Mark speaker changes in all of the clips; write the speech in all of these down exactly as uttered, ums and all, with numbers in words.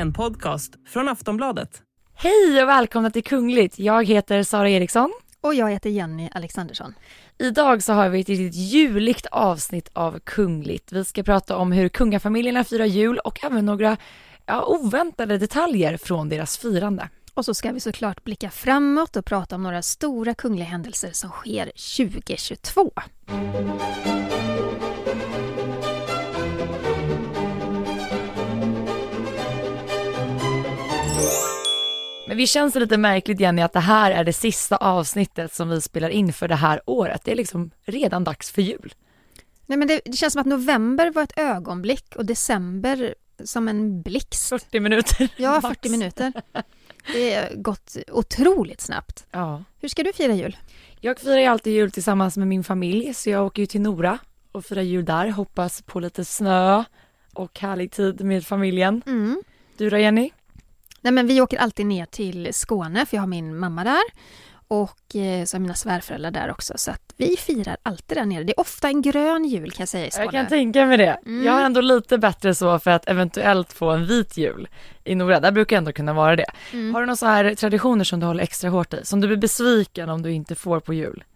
Speaker 1: En podcast från Aftonbladet.
Speaker 2: Hej och välkomna till Kungligt. Jag heter Sara Eriksson.
Speaker 3: Och jag heter Jenny Alexandersson.
Speaker 2: Idag så har vi ett riktigt juligt avsnitt av Kungligt. Vi ska prata om hur kungafamiljerna firar jul och även några ja, oväntade detaljer från deras firande.
Speaker 3: Och så ska vi såklart blicka framåt och prata om några stora kungliga händelser som sker tjugo tjugotvå.
Speaker 2: Men vi känns lite märkligt, Jenny, att det här är det sista avsnittet som vi spelar in för det här året. Det är liksom redan dags för jul.
Speaker 3: Nej, men det, det känns som att november var ett ögonblick och december som en blixt.
Speaker 2: fyrtio minuter.
Speaker 3: Ja, fyrtio minuter. Det har gått otroligt snabbt.
Speaker 2: Ja.
Speaker 3: Hur ska du fira jul?
Speaker 2: Jag firar ju alltid jul tillsammans med min familj, så jag åker ju till Nora och firar jul där. Hoppas på lite snö och härlig tid med familjen.
Speaker 3: Mm.
Speaker 2: Du då, Jenny?
Speaker 3: Nej, men vi åker alltid ner till Skåne för jag har min mamma där och eh, så har mina svärföräldrar där också, så att vi firar alltid där nere. Det är ofta en grön jul, kan jag säga, i Skåne.
Speaker 2: Jag kan tänka mig det.
Speaker 3: Mm.
Speaker 2: Jag har ändå lite bättre så för att eventuellt få en vit jul i Nora. Där brukar ändå kunna vara det. Mm. Har du några så här traditioner som du håller extra hårt i? Som du blir besviken om du inte får på jul?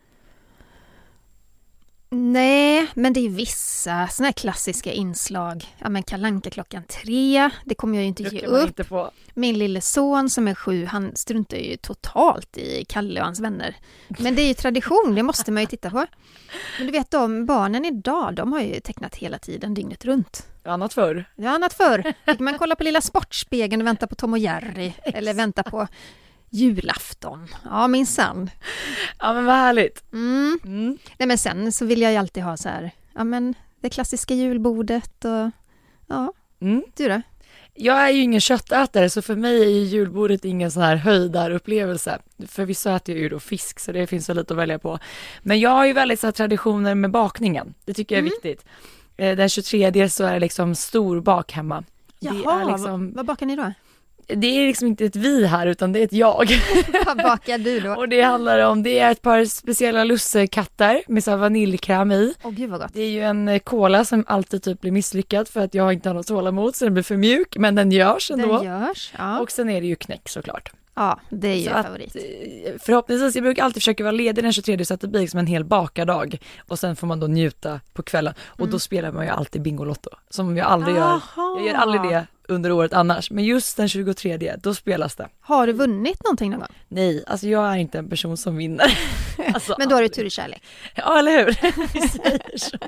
Speaker 3: Nej, men det är vissa såna här klassiska inslag. Ja, men Kalle Anka klockan tre, det kommer jag ju inte ge upp.
Speaker 2: Inte på.
Speaker 3: Min lille son som är sju, han struntar ju totalt i Kalle och hans vänner. Men det är ju tradition, det måste man ju titta på. Men du vet, de barnen idag, de har ju tecknat hela tiden, dygnet runt.
Speaker 2: Annat förr.
Speaker 3: Ja, annat förr. Fick man kolla på Lilla Sportspegeln och vänta på Tom och Jerry. Eller vänta på julafton. Ja, minsann.
Speaker 2: Ja, men vad härligt.
Speaker 3: Mm.
Speaker 2: Mm.
Speaker 3: Nej, men sen så vill jag ju alltid ha så här, ja men det klassiska julbordet och ja,
Speaker 2: Mm.
Speaker 3: du då?
Speaker 2: Jag är ju ingen köttätare, så för mig är ju julbordet ingen sån här höjdarupplevelse. För vissa äter jag ju då fisk, så det finns väl lite att välja på. Men jag har ju väldigt så här traditioner med bakningen. Det tycker jag är
Speaker 3: Mm.
Speaker 2: viktigt. Eh, Den tjugotredje så är det liksom stor bak hemma.
Speaker 3: Jaha,
Speaker 2: det är liksom,
Speaker 3: vad, vad bakar ni då?
Speaker 2: det är liksom inte ett vi här, utan det är ett jag.
Speaker 3: Vad bakar du då?
Speaker 2: Och det handlar om, det är ett par speciella lussekatter med så här vaniljkräm i.
Speaker 3: Åh gud vad gott.
Speaker 2: Det är ju en eh, cola som alltid typ blir misslyckad för att jag inte har något tålamod, så den blir för mjuk, men den görs ändå.
Speaker 3: Den görs, ja.
Speaker 2: Och sen är det ju knäck såklart.
Speaker 3: Ja, det är ju
Speaker 2: Så
Speaker 3: en
Speaker 2: att,
Speaker 3: favorit.
Speaker 2: eh, förhoppningsvis, jag brukar alltid försöka vara ledig den tjugotredje så att det blir liksom en hel bakardag. Och sen får man då njuta på kvällen. Och
Speaker 3: Mm.
Speaker 2: då spelar man ju alltid Bingolotto. Som jag aldrig gör.
Speaker 3: Aha.
Speaker 2: Jag gör aldrig det under året annars. Men just den tjugotredje, då spelas det.
Speaker 3: Har du vunnit någonting någon gång?
Speaker 2: Nej, alltså jag är inte en person som vinner. Alltså,
Speaker 3: Men då har du
Speaker 2: aldrig.
Speaker 3: tur i kärlek.
Speaker 2: Ja, eller hur? Vi säger så.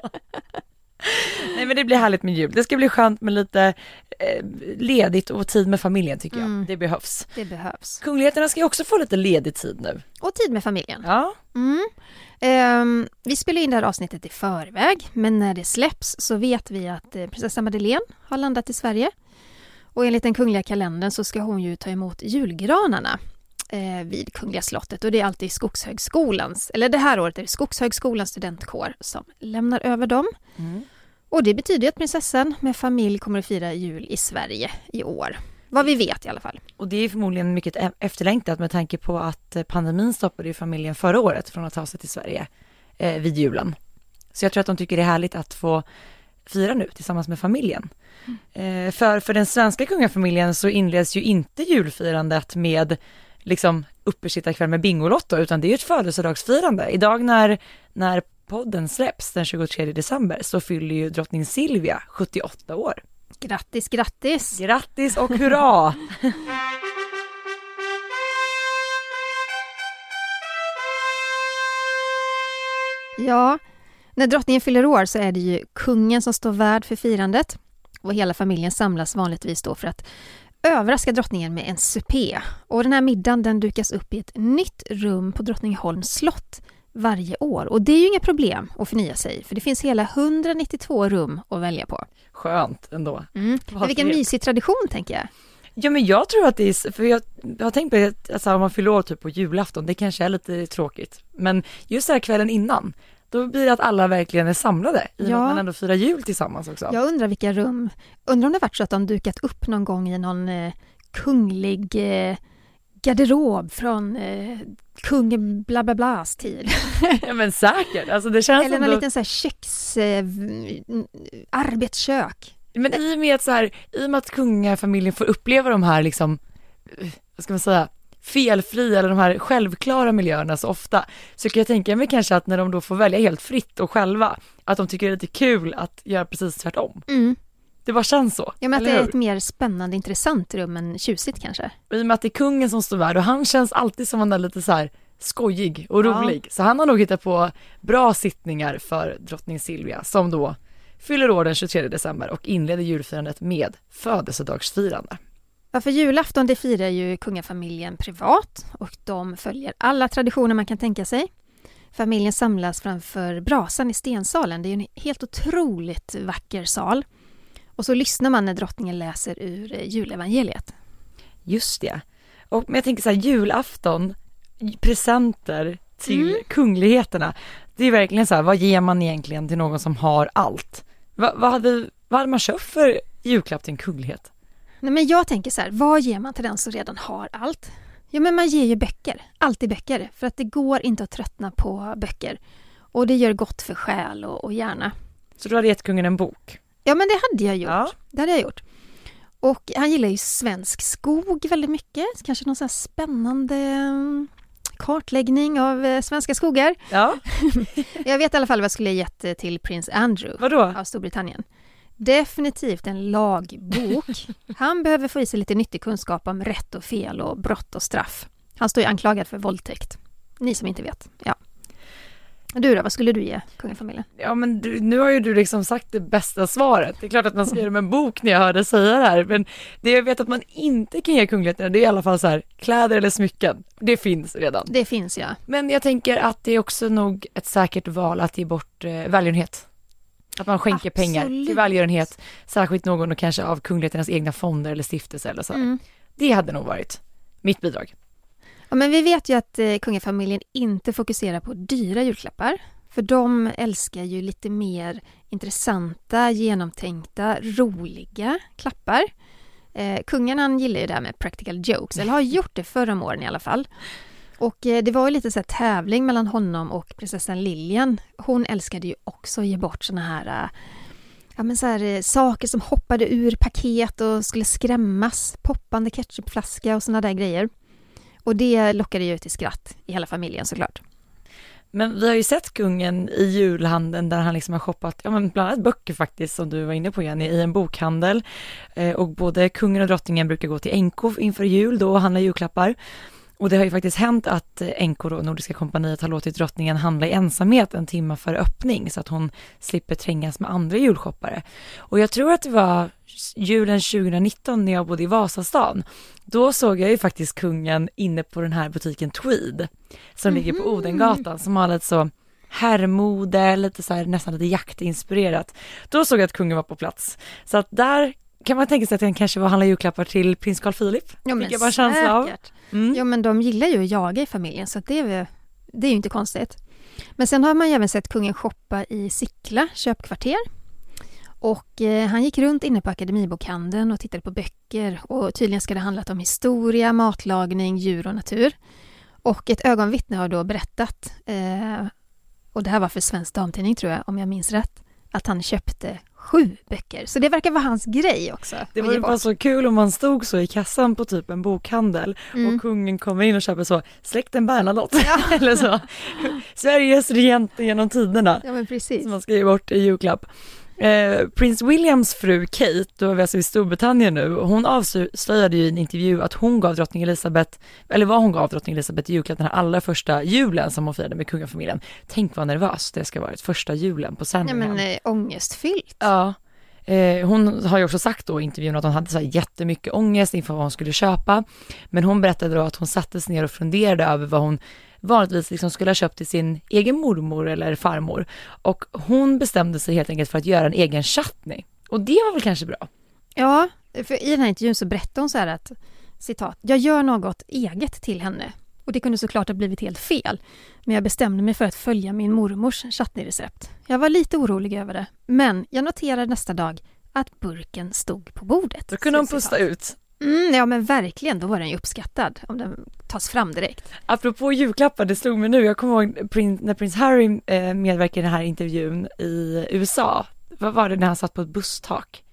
Speaker 2: Nej, men det blir härligt med jul. Det ska bli skönt med lite eh, ledigt och tid med familjen, tycker jag.
Speaker 3: Mm.
Speaker 2: Det behövs.
Speaker 3: Det behövs.
Speaker 2: Kungligheterna ska ju också få lite ledig tid nu.
Speaker 3: Och tid med familjen.
Speaker 2: Ja.
Speaker 3: Mm. Ehm, vi spelar in det här avsnittet i förväg, men när det släpps så vet vi att eh, prinsessa Madeleine har landat i Sverige. Och enligt den kungliga kalendern så ska hon ju ta emot julgranarna eh, vid Kungliga slottet. Och det är alltid Skogshögskolans, eller det här året är det Skogshögskolans studentkår som lämnar över dem.
Speaker 2: Mm.
Speaker 3: Och det betyder att prinsessan med familj kommer att fira jul i Sverige i år. Vad vi vet i alla fall.
Speaker 2: Och det är förmodligen mycket e- efterlängtat med tanke på att eh, pandemin stoppade ju familjen förra året från att ta sig till Sverige eh, vid julen. Så jag tror att de tycker det är härligt att få fira nu tillsammans med familjen. Mm. Eh, för, för den svenska kungafamiljen så inleds ju inte julfirandet med liksom uppesittarkväll med Bingolotto, utan det är ju ett födelsedagsfirande. Idag när, när podden släpps den tjugotredje december så fyller ju drottning Silvia sjuttioåtta år.
Speaker 3: Grattis, grattis!
Speaker 2: Grattis och hurra!
Speaker 3: Ja, när drottningen fyller år så är det ju kungen som står värd för firandet. Och hela familjen samlas vanligtvis då för att överraska drottningen med en supé. Och den här middagen den dukas upp i ett nytt rum på Drottningholms slott varje år. Och det är ju inga problem att förnya sig, för det finns hela hundranittiotvå rum att välja på.
Speaker 2: Skönt ändå.
Speaker 3: Mm. Men vilken mysig tradition, tänker jag.
Speaker 2: Ja, men jag tror att det är, för jag, jag har tänkt på att alltså, om man fyller år typ på julafton, det kanske är lite tråkigt. Men just den här kvällen innan, då blir det att alla verkligen är samlade i och med
Speaker 3: Ja.
Speaker 2: att man ändå firar jul tillsammans också.
Speaker 3: Jag undrar vilka rum, undrar om det varit så att de dukat upp någon gång i någon eh, kunglig eh, garderob från eh, kungen bla bla blas tid.
Speaker 2: Ja, men säkert. Alltså, det känns
Speaker 3: Eller
Speaker 2: ändå...
Speaker 3: någon liten så här köks, eh, arbetskök.
Speaker 2: Men i och med att, så här, i och med att kungafamiljen får uppleva de här liksom, vad ska man säga, felfria eller de här självklara miljöerna så ofta, så kan jag tänka mig kanske att när de då får välja helt fritt och själva, att de tycker det är lite kul att göra precis tvärtom.
Speaker 3: Mm.
Speaker 2: Det bara känns så.
Speaker 3: Ja, men att det är ett mer spännande, intressant rum än tjusigt kanske.
Speaker 2: I och med att det är kungen som står värd och han känns alltid som han är lite så här skojig och rolig. Ja. Så han har nog hittat på bra sittningar för drottning Silvia som då fyller år den tjugotredje december och inleder julfirandet med födelsedagsfirande.
Speaker 3: Ja, för julafton det firar ju kungafamiljen privat och de följer alla traditioner man kan tänka sig. Familjen samlas framför brasan i stensalen. Det är ju en helt otroligt vacker sal. Och så lyssnar man när drottningen läser ur julevangeliet.
Speaker 2: Just det. Och men jag tänker så här, julafton, presenter till mm. kungligheterna. Det är verkligen så här, vad ger man egentligen till någon som har allt? Va, vad, hade, vad hade man köpt för julklapp till en kunglighet?
Speaker 3: Nej, men jag tänker så här, vad ger man till den som redan har allt? Ja, men man ger ju böcker, alltid böcker. För att det går inte att tröttna på böcker. Och det gör gott för själ och, och hjärna.
Speaker 2: Så du hade gett kungen en bok?
Speaker 3: Ja, men det hade jag gjort.
Speaker 2: Ja.
Speaker 3: Det hade jag gjort. Och han gillar ju svensk skog väldigt mycket. Kanske någon sån här spännande kartläggning av svenska skogar.
Speaker 2: Ja.
Speaker 3: Jag vet i alla fall vad jag skulle gett till prins Andrew.
Speaker 2: Vadå?
Speaker 3: Av Storbritannien. Definitivt en lagbok. Han behöver få i sig lite nyttig kunskap om rätt och fel och brott och straff. Han står ju anklagad för våldtäkt. Ni som inte vet. Ja. Du då, vad skulle du ge kungafamiljen?
Speaker 2: Ja, men du, nu har ju du liksom sagt det bästa svaret. Det är klart att man ska ge dem en bok när jag hörde säga det här. Men det jag vet att man inte kan ge kungligheterna, det är i alla fall så här, kläder eller smycken. Det finns redan.
Speaker 3: Det finns, ja.
Speaker 2: Men jag tänker att det är också nog ett säkert val att ge bort eh, välgörenhet. Att man skänker
Speaker 3: Absolut.
Speaker 2: pengar till välgörenhet. Särskilt någon och kanske av kungligheternas egna fonder eller stiftelser eller så.
Speaker 3: Mm.
Speaker 2: Det hade nog varit mitt bidrag.
Speaker 3: Ja, men vi vet ju att eh, kungafamiljen inte fokuserar på dyra julklappar. För de älskar ju lite mer intressanta, genomtänkta, roliga klappar. Eh, kungen han gillar ju det här med practical jokes, eller har gjort det förra om åren i alla fall. Och eh, det var ju lite så här tävling mellan honom och prinsessan Lilian. Hon älskade ju också att ge bort såna här, äh, ja, men så här äh, saker som hoppade ur paket och skulle skrämmas. Poppande ketchupflaska och såna där grejer. Och det lockade ju till skratt i hela familjen såklart.
Speaker 2: Men vi har ju sett kungen i julhandeln där han liksom har shoppat, ja men bland annat böcker faktiskt som du var inne på Jenny, i en bokhandel. Eh, och både kungen och drottningen brukar gå till N K inför jul då och handla julklappar. Och det har ju faktiskt hänt att N K och Nordiska kompaniet har låtit drottningen handla i ensamhet en timme före öppning så att hon slipper trängas med andra julshoppare. Och jag tror att det var julen tjugonitton när jag bodde i Vasastan. Då såg jag ju faktiskt kungen inne på den här butiken Tweed som mm-hmm. ligger på Odengatan som har lite så herrmode, lite så här, nästan lite jaktinspirerat. Då såg jag att kungen var på plats. Så att där kan man tänka sig att den kanske var handla julklappar till prins Carl Philip.
Speaker 3: Ja, men
Speaker 2: jag bara känsla av.
Speaker 3: Mm. Ja, men de gillar ju att jaga i familjen så att det, är, det är ju inte konstigt. Men sen har man ju även sett kungen shoppa i Sickla köpkvarter. Och eh, han gick runt inne på Akademibokhandeln och tittade på böcker. Och tydligen ska det handlat om historia, matlagning, djur och natur. Och ett ögonvittne har då berättat, eh, och det här var för Svensk Damtidning tror jag, om jag minns rätt, att han köpte sju böcker. Så det verkar vara hans grej också.
Speaker 2: Det var ju bara så kul om man stod så i kassan på typ en bokhandel mm. och kungen kommer in och köper så släkten Bernadotte ja. eller så. Sveriges regent genom tiderna.
Speaker 3: Ja, men precis.
Speaker 2: Som man ska ge bort i julklapp. Eh, Prins Williams fru Kate, då är vi alltså i Storbritannien nu, hon avslöjade ju i en intervju att hon gav drottning Elizabeth, eller vad hon gav drottning Elizabeth i julklapp den här allra första julen som hon firade med kungafamiljen. Tänk vad nervös det ska vara, ett första julen på sändningen.
Speaker 3: Ja, men eh, ångestfyllt.
Speaker 2: Ja. Eh, hon har ju också sagt då i intervjun att hon hade så här jättemycket ångest inför vad hon skulle köpa. Men hon berättade då att hon sattes ner och funderade över vad hon vanligtvis liksom skulle ha köpt till sin egen mormor eller farmor. Och hon bestämde sig helt enkelt för att göra en egen chutney. Och det var väl kanske bra?
Speaker 3: Ja, för i den här intervjun så berättade hon så här att, citat, jag gör något eget till henne. Och det kunde såklart ha blivit helt fel. Men jag bestämde mig för att följa min mormors chutney-recept. Jag var lite orolig över det. Men jag noterade nästa dag att burken stod på bordet.
Speaker 2: Då kunde hon pusta ut.
Speaker 3: Mm, ja, men verkligen. Då var den ju uppskattad om den tas fram direkt.
Speaker 2: Apropå julklappar, det slog mig nu. Jag kommer ihåg prins, när prins Harry eh, medverkade i den här intervjun i U S A. Vad var det när han satt på ett busstak?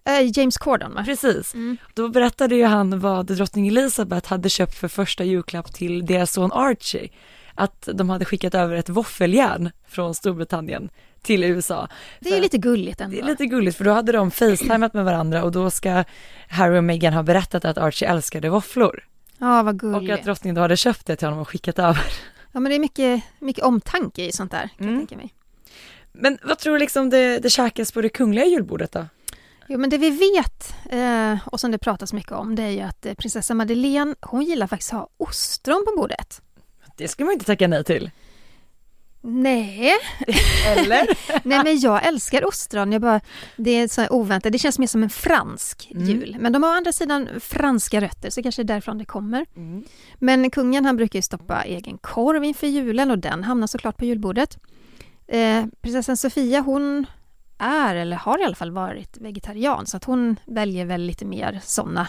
Speaker 3: Uh, James Corden, va?
Speaker 2: Precis.
Speaker 3: Mm.
Speaker 2: Då berättade ju han vad drottning Elizabeth hade köpt för första julklapp till deras son Archie. Att de hade skickat över ett våffeljärn från Storbritannien till U S A.
Speaker 3: Det är ju lite gulligt ändå.
Speaker 2: Det är lite gulligt, för då hade de facetimat med varandra och då ska Harry och Meghan ha berättat att Archie älskade våfflor.
Speaker 3: Ja, vad gulligt.
Speaker 2: Och att drottningen då hade köpt det till honom och skickat över.
Speaker 3: Ja, men det är mycket, mycket omtanke i sånt där, kan
Speaker 2: Mm.
Speaker 3: jag tänka mig.
Speaker 2: Men vad tror du liksom det, det käkas på det kungliga julbordet då?
Speaker 3: Jo, men det vi vet eh, och som det pratas mycket om, det är ju att eh, prinsessa Madeleine, hon gillar faktiskt att ha ostron på bordet.
Speaker 2: Det ska man inte tacka nej till.
Speaker 3: Nej.
Speaker 2: Eller?
Speaker 3: Nej, men jag älskar ostron. Jag bara, det är så här oväntat. Det känns mer som en fransk
Speaker 2: Mm.
Speaker 3: jul. Men de har å andra sidan franska rötter, så kanske det är därifrån det kommer.
Speaker 2: Mm.
Speaker 3: Men kungen, han brukar ju stoppa egen korv inför julen och den hamnar såklart på julbordet. Eh, prinsessan Sofia, hon är eller har i alla fall varit vegetarian, så att hon väljer väl lite mer såna.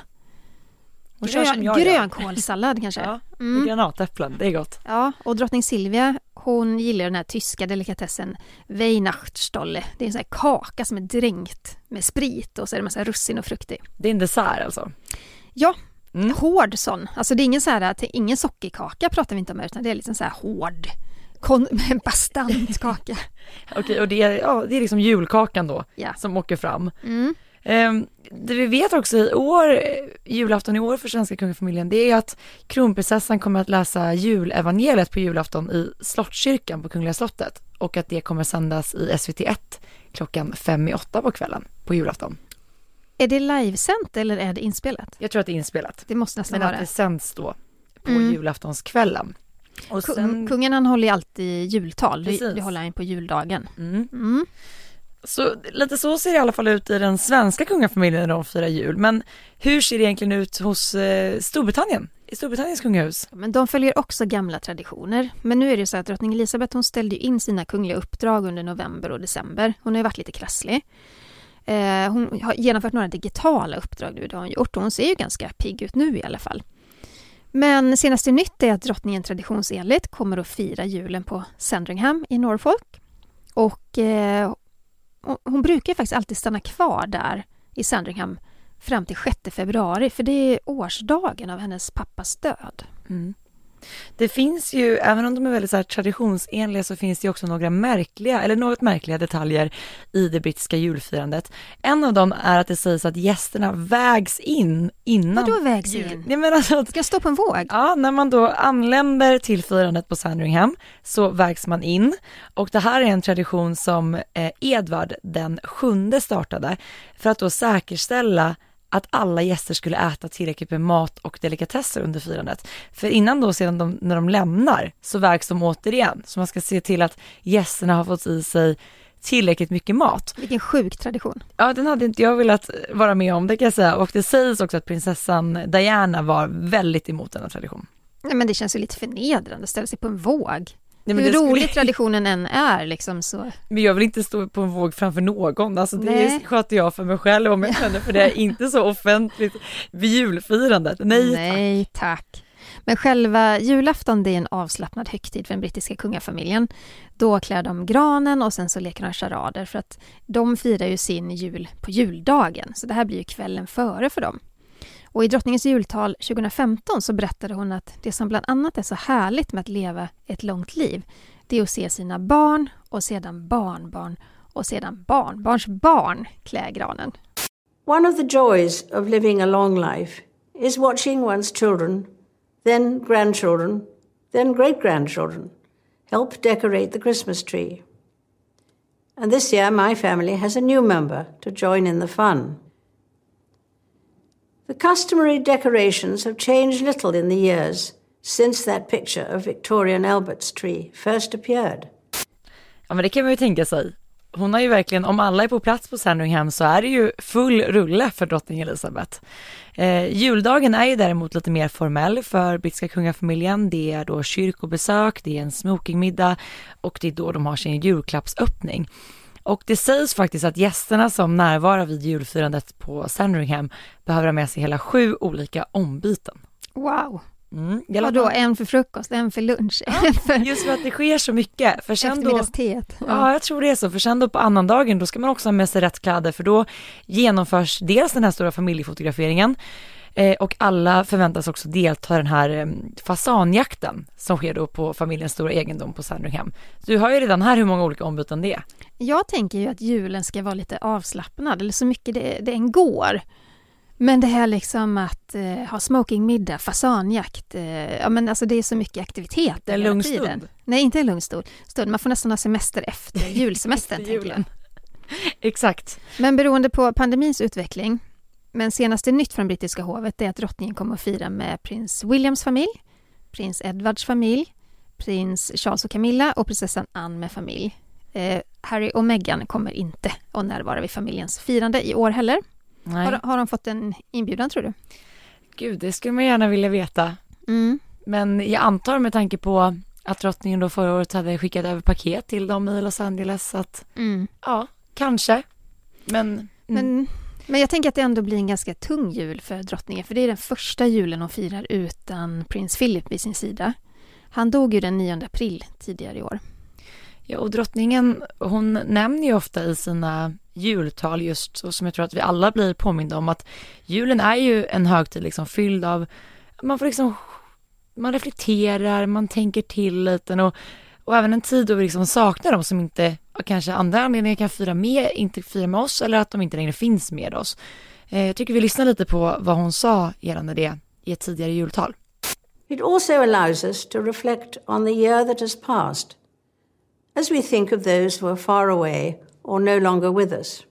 Speaker 2: Hon kör som
Speaker 3: Grön,
Speaker 2: jag gör.
Speaker 3: grönkålssallad kanske.
Speaker 2: Ja,
Speaker 3: Mm.
Speaker 2: med granatäpplen, det är gott.
Speaker 3: Ja, och drottning Silvia, hon gillar den här tyska delikatessen Weihnachtsstolle. Det är en sån här kaka som är dränkt med sprit och så är det massa russin och frukt i.
Speaker 2: Det är en dessert alltså.
Speaker 3: Ja,
Speaker 2: Mm.
Speaker 3: hård sån. Alltså det är ingen så här, att ingen sockerkaka pratar vi inte om här, utan det är liksom så här hård, kon- en bastant kaka.
Speaker 2: Okej, och det är, ja, det är liksom julkakan då
Speaker 3: Ja.
Speaker 2: som åker fram.
Speaker 3: Mm.
Speaker 2: Um, det vi vet också i år, julafton i år för svenska kungafamiljen, det är att kronprinsessan kommer att läsa julevangeliet på julafton i Slottskyrkan på Kungliga slottet, och att det kommer sändas i S V T ett klockan fem i åtta på kvällen på julafton.
Speaker 3: Är det livesänt eller är det inspelat?
Speaker 2: Jag tror att det är inspelat,
Speaker 3: Det måste nästan
Speaker 2: men
Speaker 3: vara
Speaker 2: att det
Speaker 3: det.
Speaker 2: sänds då på
Speaker 3: Mm.
Speaker 2: julaftonskvällen. Och
Speaker 3: Kung-
Speaker 2: sen,
Speaker 3: Kungen, han håller ju alltid jultal. Det,
Speaker 2: Precis.
Speaker 3: det håller han på juldagen.
Speaker 2: mm.
Speaker 3: Mm.
Speaker 2: Så lite så ser det i alla fall ut i den svenska kungafamiljen när de firar jul. Men hur ser det egentligen ut hos eh, Storbritannien? I Storbritanniens kungahus?
Speaker 3: Men de följer också gamla traditioner. Men nu är det så att drottning Elizabeth, hon ställde ju in sina kungliga uppdrag under november och december. Hon har ju varit lite krasslig. Eh, hon har genomfört några digitala uppdrag nu, det har hon gjort. Och hon ser ju ganska pigg ut nu i alla fall. Men senaste nytt är att drottningen traditionsenligt kommer att fira julen på Sandringham i Norfolk. Och eh, hon brukar faktiskt alltid stanna kvar där i Sandringham fram till sjätte februari, för det är årsdagen av hennes pappas död.
Speaker 2: Mm. Det finns ju, även om de är väldigt så här traditionsenliga, så finns det ju också några märkliga, eller något märkliga detaljer i det brittiska julfirandet. En av dem är att det sägs att gästerna vägs in innan.
Speaker 3: Vadå vägs
Speaker 2: jul.
Speaker 3: in?
Speaker 2: Jag menar alltså att,
Speaker 3: Ska jag stå på en våg?
Speaker 2: ja, när man då anländer till firandet på Sandringham så vägs man in, och det här är en tradition som eh, Edvard den sjunde startade för att då säkerställa att alla gäster skulle äta tillräckligt med mat och delikatesser under firandet. För innan då, sedan de, när de lämnar, så vägs de återigen. Så man ska se till att gästerna har fått i sig tillräckligt mycket mat.
Speaker 3: Vilken sjuk tradition.
Speaker 2: Ja, den hade inte jag velat vara med om, det kan jag säga. Och det sägs också att prinsessan Diana var väldigt emot denna tradition.
Speaker 3: Nej, men det känns ju lite förnedrande att ställa sig på en våg.
Speaker 2: Nej, men
Speaker 3: Hur
Speaker 2: det skulle-
Speaker 3: rolig traditionen än är liksom så.
Speaker 2: Men jag vill inte stå på en våg framför någon. Alltså det
Speaker 3: Nej.
Speaker 2: sköter jag för mig själv, om jag känner för det är inte så offentligt vid julfirandet. Nej,
Speaker 3: Nej, tack. Men själva julafton, det är en avslappnad högtid för den brittiska kungafamiljen. Då klär de granen och sen så leker de charader, för att de firar ju sin jul på juldagen. Så det här blir ju kvällen före för dem. Och i drottningens jultal tjugohundrafemton så berättade hon att det som bland annat är så härligt med att leva ett långt liv, det är att se sina barn och sedan barnbarn och sedan barnbarns barn klä granen.
Speaker 4: One of the joys of living a long life is watching one's children, then grandchildren, then great-grandchildren help decorate the Christmas tree. And this year my family has a new member to join in the fun. The customary decorations have changed little in the years since that picture of Victoria and Albert's tree first appeared.
Speaker 2: Ja, men det kan man ju tänka sig. Hon har ju verkligen, om alla är på plats på Sandringham så är det ju full rulle för drottning Elizabeth. Eh, juldagen är ju däremot lite mer formell för brittiska kungafamiljen. Det är då kyrkobesök, det är en smokingmiddag och det är då de har sin julklappsöppning. Och det sägs faktiskt att gästerna som närvarar vid julfirandet på Sandringham behöver ha med sig hela sju olika ombyten.
Speaker 3: Wow!
Speaker 2: Mm,
Speaker 3: och då en för frukost, en för lunch.
Speaker 2: Ja,
Speaker 3: en för
Speaker 2: just för att det sker så mycket. För sen då,
Speaker 3: ja.
Speaker 2: ja, jag tror det är så. För sen då på annan dagen, då ska man också ha med sig rätt kläder. För då genomförs dels den här stora familjefotograferingen. Eh, och alla förväntas också delta i den här eh, fasanjakten som sker då på familjens stora egendom på Sandringham. Du har ju redan här hur många olika ombyten det är.
Speaker 3: Jag tänker ju att julen ska vara lite avslappnad, eller så mycket det, det än går. Men det här liksom att eh, ha smokingmiddag, fasanjakt, eh, ja men alltså det är så mycket aktivitet.
Speaker 2: Det är
Speaker 3: hela
Speaker 2: lugn
Speaker 3: tiden.
Speaker 2: stund.
Speaker 3: Nej, inte en lugn stund. Man får nästan ha semester efter julsemestern.
Speaker 2: Efter julen. Exakt.
Speaker 3: Men beroende på pandemins utveckling, men senaste nytt från brittiska hovet är att drottningen kommer att fira med prins Williams familj, prins Edwards familj, prins Charles och Camilla och prinsessan Anne med familj. Eh, Harry och Meghan kommer inte att närvara vid familjens firande i år heller.
Speaker 2: Nej.
Speaker 3: Har, har de fått en inbjudan, tror du?
Speaker 2: Gud, det skulle man gärna vilja veta.
Speaker 3: Mm.
Speaker 2: Men jag antar med tanke på att drottningen då förra året hade skickat över paket till dem i Los Angeles att
Speaker 3: Mm.
Speaker 2: ja, kanske. Men, mm.
Speaker 3: Men, men jag tänker att det ändå blir en ganska tung jul för drottningen, för det är den första julen hon firar utan prins Philip vid sin sida. Han dog ju den nionde april tidigare i år.
Speaker 2: Ja, och drottningen, hon nämner ju ofta i sina jultal just så som jag tror att vi alla blir påminda om att julen är ju en högtid liksom fylld av, man får liksom, man reflekterar, man tänker till lite och, och även en tid då vi liksom saknar dem som inte, kanske andra anledningar kan fira med, inte fira med oss eller att de inte längre finns med oss. Eh, jag tycker vi lyssnar lite på vad hon sa gällande det i ett tidigare jultal.
Speaker 4: It also allows us to reflect on the year that has passed, as we think of those who are far away or no longer with us.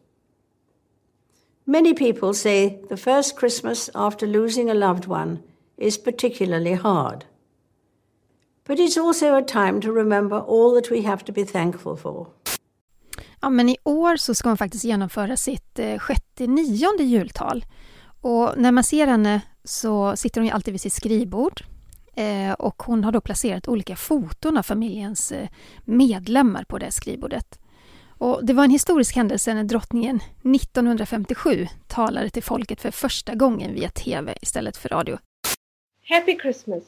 Speaker 4: Many people say the first Christmas after losing a loved one is particularly hard. But it's also a time to remember all that we have to be thankful for.
Speaker 3: Ja, men i år så ska hon faktiskt genomföra sitt eh, sjätte nionde jultal. Och när man ser henne så sitter hon ju alltid vid sitt skrivbord. Eh, och hon har då placerat olika foton av familjens eh, medlemmar på det skrivbordet. Och det var en historisk händelse när drottningen nittonhundrafemtiosju talade till folket för första gången via tv istället för radio.
Speaker 5: Happy Christmas.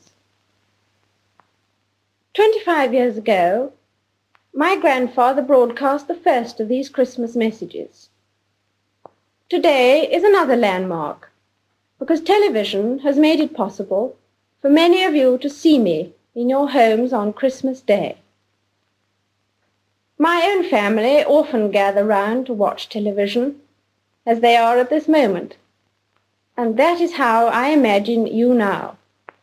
Speaker 5: twenty-five years ago, my grandfather broadcast the first of these Christmas messages. Today is another landmark, because television has made it possible for many of you to see me in your homes on Christmas Day. My own family often gather round to watch television, as they are at this moment, and that is how I imagine you now.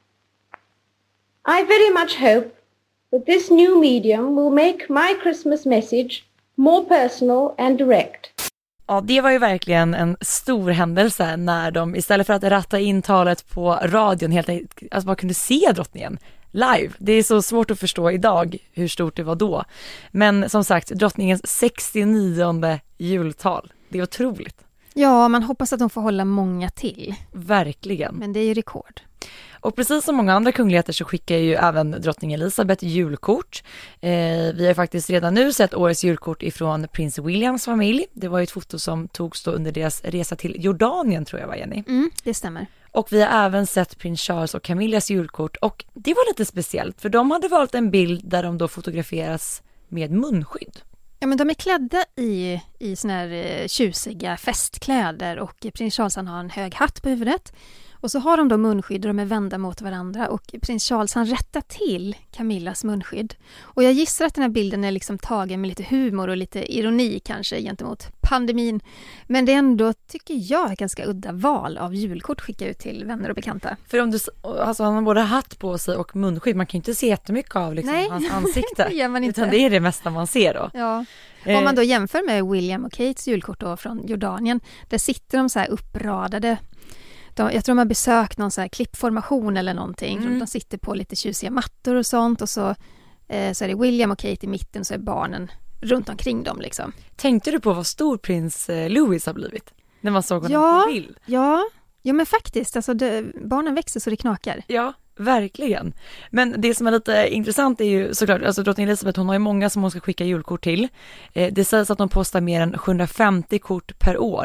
Speaker 5: I very much hope that this new medium will make my Christmas message more personal and direct.
Speaker 2: Ja, det var ju verkligen en stor händelse när de istället för att ratta in talet på radion helt enkelt, alltså man kunde se drottningen live. Det är så svårt att förstå idag hur stort det var då. Men som sagt, drottningens sextionionde jultal. Det är otroligt.
Speaker 3: Ja, man hoppas att de får hålla många till.
Speaker 2: Verkligen.
Speaker 3: Men det är ju rekord.
Speaker 2: Och precis som många andra kungligheter så skickar ju även drottning Elizabeth julkort. Eh, vi har faktiskt redan nu sett årets julkort ifrån prins Williams familj. Det var ju ett foto som togs då under deras resa till Jordanien, tror jag var, Jenny.
Speaker 3: Mm, det stämmer.
Speaker 2: Och vi har även sett prins Charles och Camillas julkort. Och det var lite speciellt, för de hade valt en bild där de då fotograferas med munskydd.
Speaker 3: Ja, men de är klädda i, i såna här tjusiga festkläder och prins Charles han har en hög hatt på huvudet. Och så har de då munskydd och de är vända mot varandra och prins Charles han rättar till Camillas munskydd. Och jag gissar att den här bilden är liksom tagen med lite humor och lite ironi kanske gentemot pandemin. Men det är ändå, tycker jag, ett ganska udda val av julkort skicka ut till vänner och bekanta.
Speaker 2: För om du, alltså han har både hatt på sig och munskydd, man kan ju inte se jättemycket av liksom hans ansikte.
Speaker 3: det gör man inte.
Speaker 2: Utan det är det mesta man ser då.
Speaker 3: Ja. Om man då jämför med William och Kates julkort då från Jordanien, där sitter de så här uppradade. De, jag tror de har besökt någon så här klippformation eller någonting. Mm. De sitter på lite tjusiga mattor och sånt. Och så, eh, så är det William och Kate i mitten, så är barnen runt omkring dem. Liksom.
Speaker 2: Tänkte du på vad stor prins Louis har blivit? När man såg honom
Speaker 3: ja,
Speaker 2: på bild.
Speaker 3: Ja, ja, men faktiskt. Alltså det, barnen växer så det knakar.
Speaker 2: Ja, verkligen. Men det som är lite intressant är ju såklart, alltså drottning Elizabeth, hon har ju många som hon ska skicka julkort till. Eh, det sägs att hon postar mer än sjuhundrafemtio kort per år.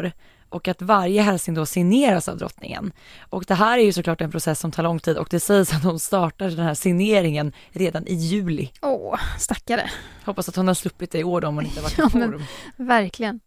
Speaker 2: och att varje hälsning då signeras av drottningen. Och det här är ju såklart en process som tar lång tid och det sägs att hon startar den här signeringen redan i juli.
Speaker 3: Åh, stackare.
Speaker 2: Hoppas att hon har sluppit det i år då, om hon inte varit i
Speaker 3: Ja,
Speaker 2: forum.
Speaker 3: men, verkligen.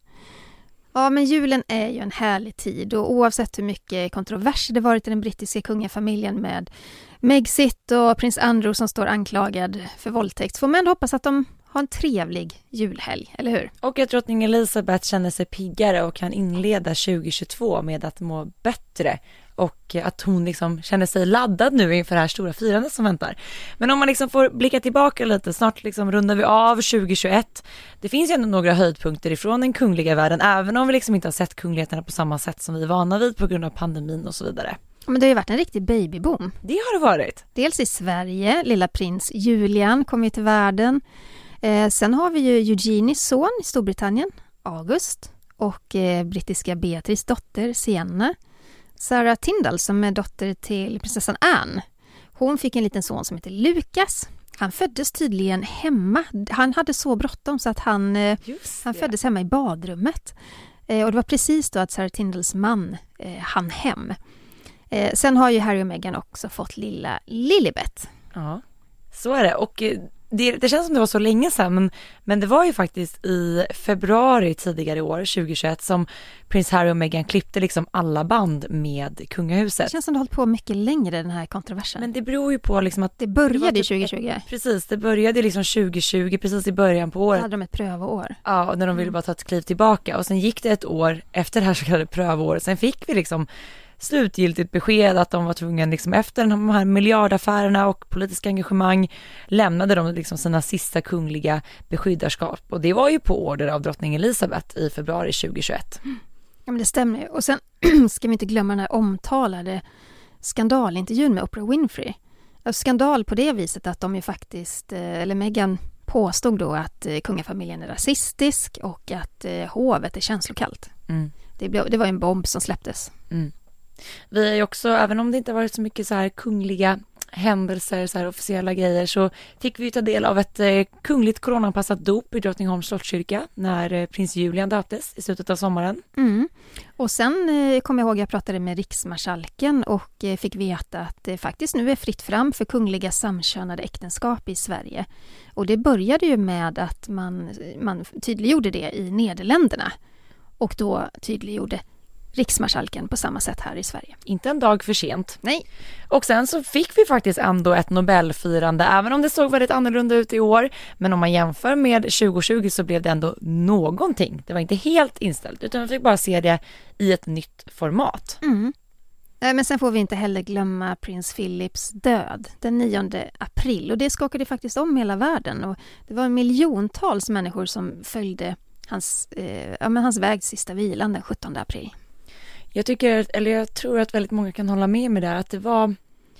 Speaker 3: Ja, men julen är ju en härlig tid och oavsett hur mycket kontroverser det varit i den brittiska kungafamiljen med Megxit och prins Andrew som står anklagad för våldtäkt, får man ändå hoppas att de har en trevlig julhelg, eller hur?
Speaker 2: Och att drottning Elizabeth känner sig piggare och kan inleda tjugohundratjugotvå med att må bättre. Och att hon liksom känner sig laddad nu inför det här stora firandet som väntar. Men om man liksom får blicka tillbaka lite, snart liksom rundar vi av tjugohundratjugoett. Det finns ju ändå några höjdpunkter ifrån den kungliga världen, även om vi liksom inte har sett kungligheterna på samma sätt som vi är vana vid på grund av pandemin och så vidare.
Speaker 3: Men det har ju varit en riktig babyboom.
Speaker 2: Det har det varit.
Speaker 3: Dels i Sverige, lilla prins Julian kom ju till världen. Eh, sen har vi ju Eugenies son i Storbritannien, August. Och eh, brittiska Beatrice dotter, Sienna. Sarah Tindall som är dotter till prinsessan Anne. Hon fick en liten son som heter Lukas. Han föddes tydligen hemma. Han hade så bråttom så att han, eh, han föddes hemma i badrummet. Eh, och det var precis då att Sarah Tindalls man eh, hann hem. Eh, sen har ju Harry och Meghan också fått lilla Lilibet.
Speaker 2: Ja, så är det. Och det, det känns som det var så länge sedan, men, men det var ju faktiskt i februari tidigare i år, tjugohundratjugoett, som prins Harry och Meghan klippte liksom alla band med kungahuset.
Speaker 3: Det känns som det har hållit på mycket längre, den här kontroversen.
Speaker 2: Men det beror ju på liksom att...
Speaker 3: Det började
Speaker 2: det
Speaker 3: typ tjugohundratjugo.
Speaker 2: Ett, precis, det började liksom tjugohundratjugo, precis i början på året.
Speaker 3: Då hade de ett prövoår.
Speaker 2: Ja, när de ville bara ta ett kliv tillbaka. Och sen gick det ett år efter det här så kallade prövoåret. Sen fick vi liksom slutgiltigt besked att de var tvungna liksom, efter de här miljardaffärerna och politiska engagemang lämnade de liksom sina sista kungliga beskyddarskap. Och det var ju på order av drottning Elizabeth i februari tjugohundratjugoett.
Speaker 3: Ja, men det stämmer ju. Och sen ska vi inte glömma den här omtalade skandalintervjun med Oprah Winfrey. Alltså, skandal på det viset att de ju faktiskt, eller Meghan påstod då att kungafamiljen är rasistisk och att hovet är känslokallt. Mm. Det, blev, det var en bomb som släpptes.
Speaker 2: Mm. Vi är ju också, även om det inte varit så mycket så här kungliga händelser, så här officiella grejer, så fick vi ta del av ett eh, kungligt coronaanpassat dop i Drottningholms slottskyrka när eh, prins Julian döptes i slutet av sommaren.
Speaker 3: Mm. Och sen eh, kom jag ihåg jag pratade med riksmarskalken och eh, fick veta att det faktiskt nu är fritt fram för kungliga samkönade äktenskap i Sverige. Och det började ju med att man, man tydliggjorde det i Nederländerna och då tydliggjorde riksmarskalken på samma sätt här i Sverige.
Speaker 2: Inte en dag för sent.
Speaker 3: Nej.
Speaker 2: Och sen så fick vi faktiskt ändå ett Nobelfirande, även om det såg väldigt annorlunda ut i år. Men om man jämför med tjugohundratjugo så blev det ändå någonting. Det var inte helt inställt, utan vi fick bara se det i ett nytt format.
Speaker 3: Mm. Men sen får vi inte heller glömma prins Philips död den nionde april. Och det skakade faktiskt om hela världen. Och det var miljontals människor som följde hans, eh, ja, men hans väg sista vilan den sjuttonde april.
Speaker 2: Jag tycker, eller jag tror att väldigt många kan hålla med mig där, att det var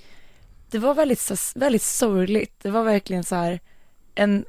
Speaker 2: det var väldigt, väldigt sorgligt. Det var verkligen så här en,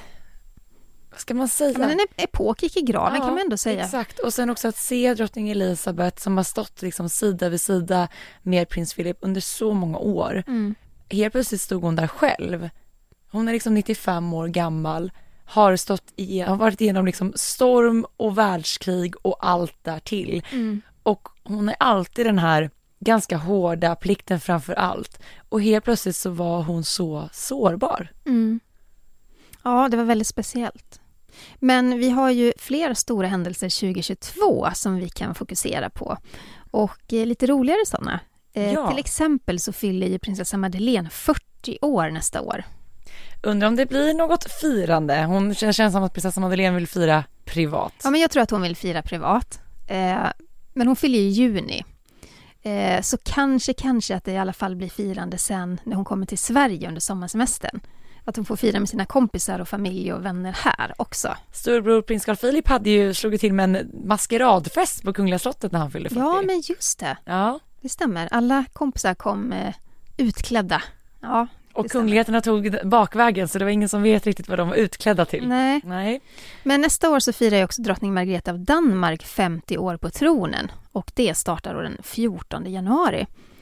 Speaker 2: vad ska man säga?
Speaker 3: Men en epok gick i graven, ja, kan man ändå säga.
Speaker 2: Exakt, och sen också att se drottning Elizabeth som har stått liksom sida vid sida med prins Philip under så många år. Mm. Helt plötsligt stod hon där själv. Hon är liksom nittiofem år gammal, har stått i, har varit igenom liksom storm och världskrig och allt där till. Mm. Och hon är alltid den här ganska hårda plikten framför allt. Och helt plötsligt så var hon så sårbar. Mm.
Speaker 3: Ja, det var väldigt speciellt. Men vi har ju flera stora händelser tjugohundratjugotvå som vi kan fokusera på. Och eh, lite roligare sådana. Eh, ja. Till exempel så fyller ju prinsessa Madeleine fyrtio år nästa år.
Speaker 2: Undrar om det blir något firande. Hon känns, känns som att prinsessa Madeleine vill fira privat.
Speaker 3: Ja, men jag tror att hon vill fira privat. Eh, men hon fyller i juni. Eh, så kanske, kanske att det i alla fall blir firande sen när hon kommer till Sverige under sommarsemestern. Att hon får fira med sina kompisar och familj och vänner här också.
Speaker 2: Storbror prins Carl Philip hade ju slagit till med en maskeradfest på Kungliga slottet när han fyllde fyrtio.
Speaker 3: Ja, men just det. Ja. Det stämmer. Alla kompisar kom eh, utklädda. Ja.
Speaker 2: Och kungligheterna tog bakvägen, så det var ingen som vet riktigt vad de var utklädda till.
Speaker 3: Nej.
Speaker 2: Nej.
Speaker 3: Men nästa år så firar ju också drottning Margrethe av Danmark femtio år på tronen. Och det startar då den fjortonde januari.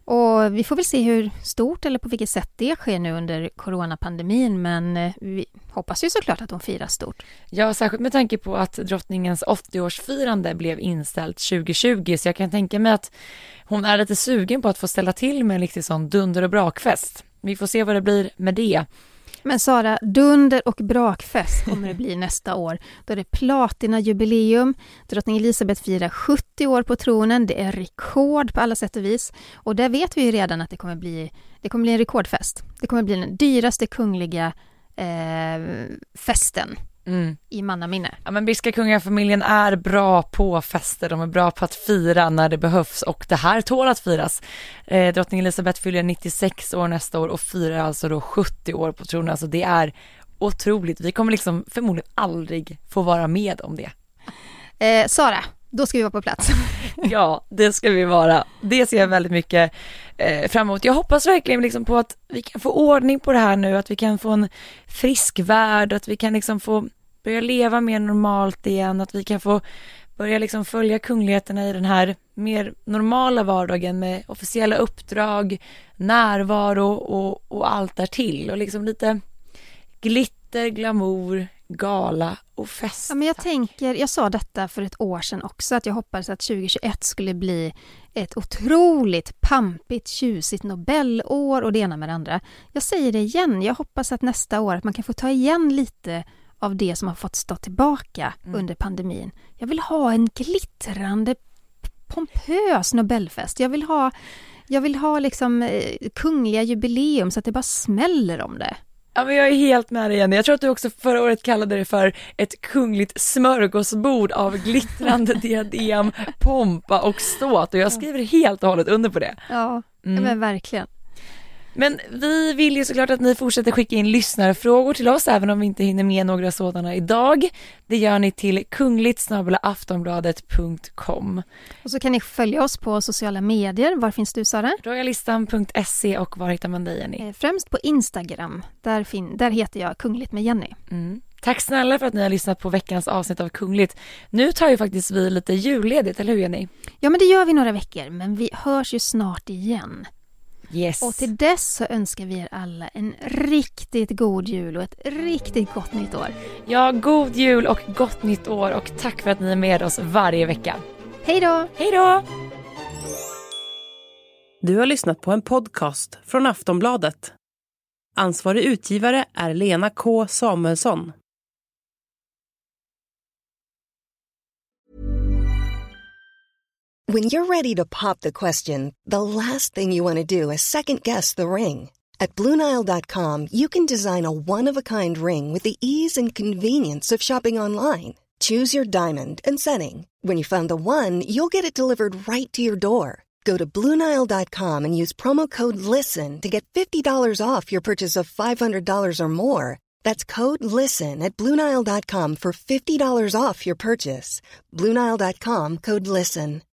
Speaker 3: Och vi får väl se hur stort eller på vilket sätt det sker nu under coronapandemin, men vi hoppas ju såklart att de firar stort.
Speaker 2: Ja, särskilt med tanke på att drottningens åttioårsfirande blev inställt tjugo tjugo, så jag kan tänka mig att hon är lite sugen på att få ställa till med en riktig sån dunder- och brakfest. Vi får se vad det blir med det.
Speaker 3: Men Sara, dunder och brakfest kommer det bli nästa år. Då är det platinajubileum. Drottning Elizabeth firar sjuttio år på tronen. Det är rekord på alla sätt och vis. Och där vet vi ju redan att det kommer bli, det kommer bli en rekordfest. Det kommer bli den dyraste kungliga eh, festen. Mm. I mannaminne.
Speaker 2: Ja, men brittiska kungafamiljen är bra på fester. De är bra på att fira när det behövs, och det här tål att firas. Eh, drottning Elizabeth fyller nittiosex år nästa år och firar alltså då sjuttio år på tronen. Alltså det är otroligt. Vi kommer liksom förmodligen aldrig få vara med om det.
Speaker 3: Eh, Sara, då ska vi vara på plats.
Speaker 2: Ja, det ska vi vara. Det ser jag väldigt mycket eh, fram emot. Jag hoppas verkligen liksom på att vi kan få ordning på det här nu, att vi kan få en frisk värld, att vi kan liksom få börja leva mer normalt igen, att vi kan få börja liksom följa kungligheterna i den här mer normala vardagen med officiella uppdrag, närvaro och, och allt därtill, och liksom lite glitter, glamour, gala och fest.
Speaker 3: Ja, men jag tänker, jag sa detta för ett år sedan också, att jag hoppades att tjugohundratjugoett skulle bli ett otroligt pampigt, tjusigt Nobelår och det ena med det andra. Jag säger det igen, jag hoppas att nästa år att man kan få ta igen lite av det som har fått stå tillbaka mm. under pandemin. Jag vill ha en glittrande, pompös Nobelfest. Jag vill ha, jag vill ha liksom eh, kungliga jubileum så att det bara smäller om det.
Speaker 2: Ja, men jag är helt med dig igen. Jag tror att du också förra året kallade det för ett kungligt smörgåsbord av glittrande diadem, pompa och ståt. Och jag skriver helt och hållet under på det.
Speaker 3: Ja,
Speaker 2: mm.
Speaker 3: men verkligen.
Speaker 2: Men vi vill ju såklart att ni fortsätter skicka in lyssnarfrågor till oss, även om vi inte hinner med några sådana idag. Det gör ni till kungligt snabel-a aftonbladet punkt com.
Speaker 3: Och så kan ni följa oss på sociala medier. Var finns du, Sara?
Speaker 2: royalistan punkt se, och var hittar man dig, Jenny?
Speaker 3: Främst på Instagram. Där, fin- där heter jag Kungligt med Jenny.
Speaker 2: Mm. Tack snälla för att ni har lyssnat på veckans avsnitt av Kungligt. Nu tar ju faktiskt vi lite julledigt, eller hur, Jenny?
Speaker 3: Ja, men det gör vi några veckor, men vi hörs ju snart igen.
Speaker 2: Yes.
Speaker 3: Och till dess så önskar vi er alla en riktigt god jul och ett riktigt gott nytt år.
Speaker 2: Ja, god jul och gott nytt år, och tack för att ni är med oss varje vecka.
Speaker 3: Hej då!
Speaker 2: Hej då!
Speaker 1: Du har lyssnat på en podcast från Aftonbladet. Ansvarig utgivare är Lena K. Samuelsson.
Speaker 6: When you're ready to pop the question, the last thing you want to do is second-guess the ring. At Blue Nile dot com, you can design a one-of-a-kind ring with the ease and convenience of shopping online. Choose your diamond and setting. When you find the one, you'll get it delivered right to your door. Go to Blue Nile dot com and use promo code LISTEN to get fifty dollars off your purchase of five hundred dollars or more. That's code LISTEN at Blue Nile dot com for fifty dollars off your purchase. Blue Nile dot com, code LISTEN.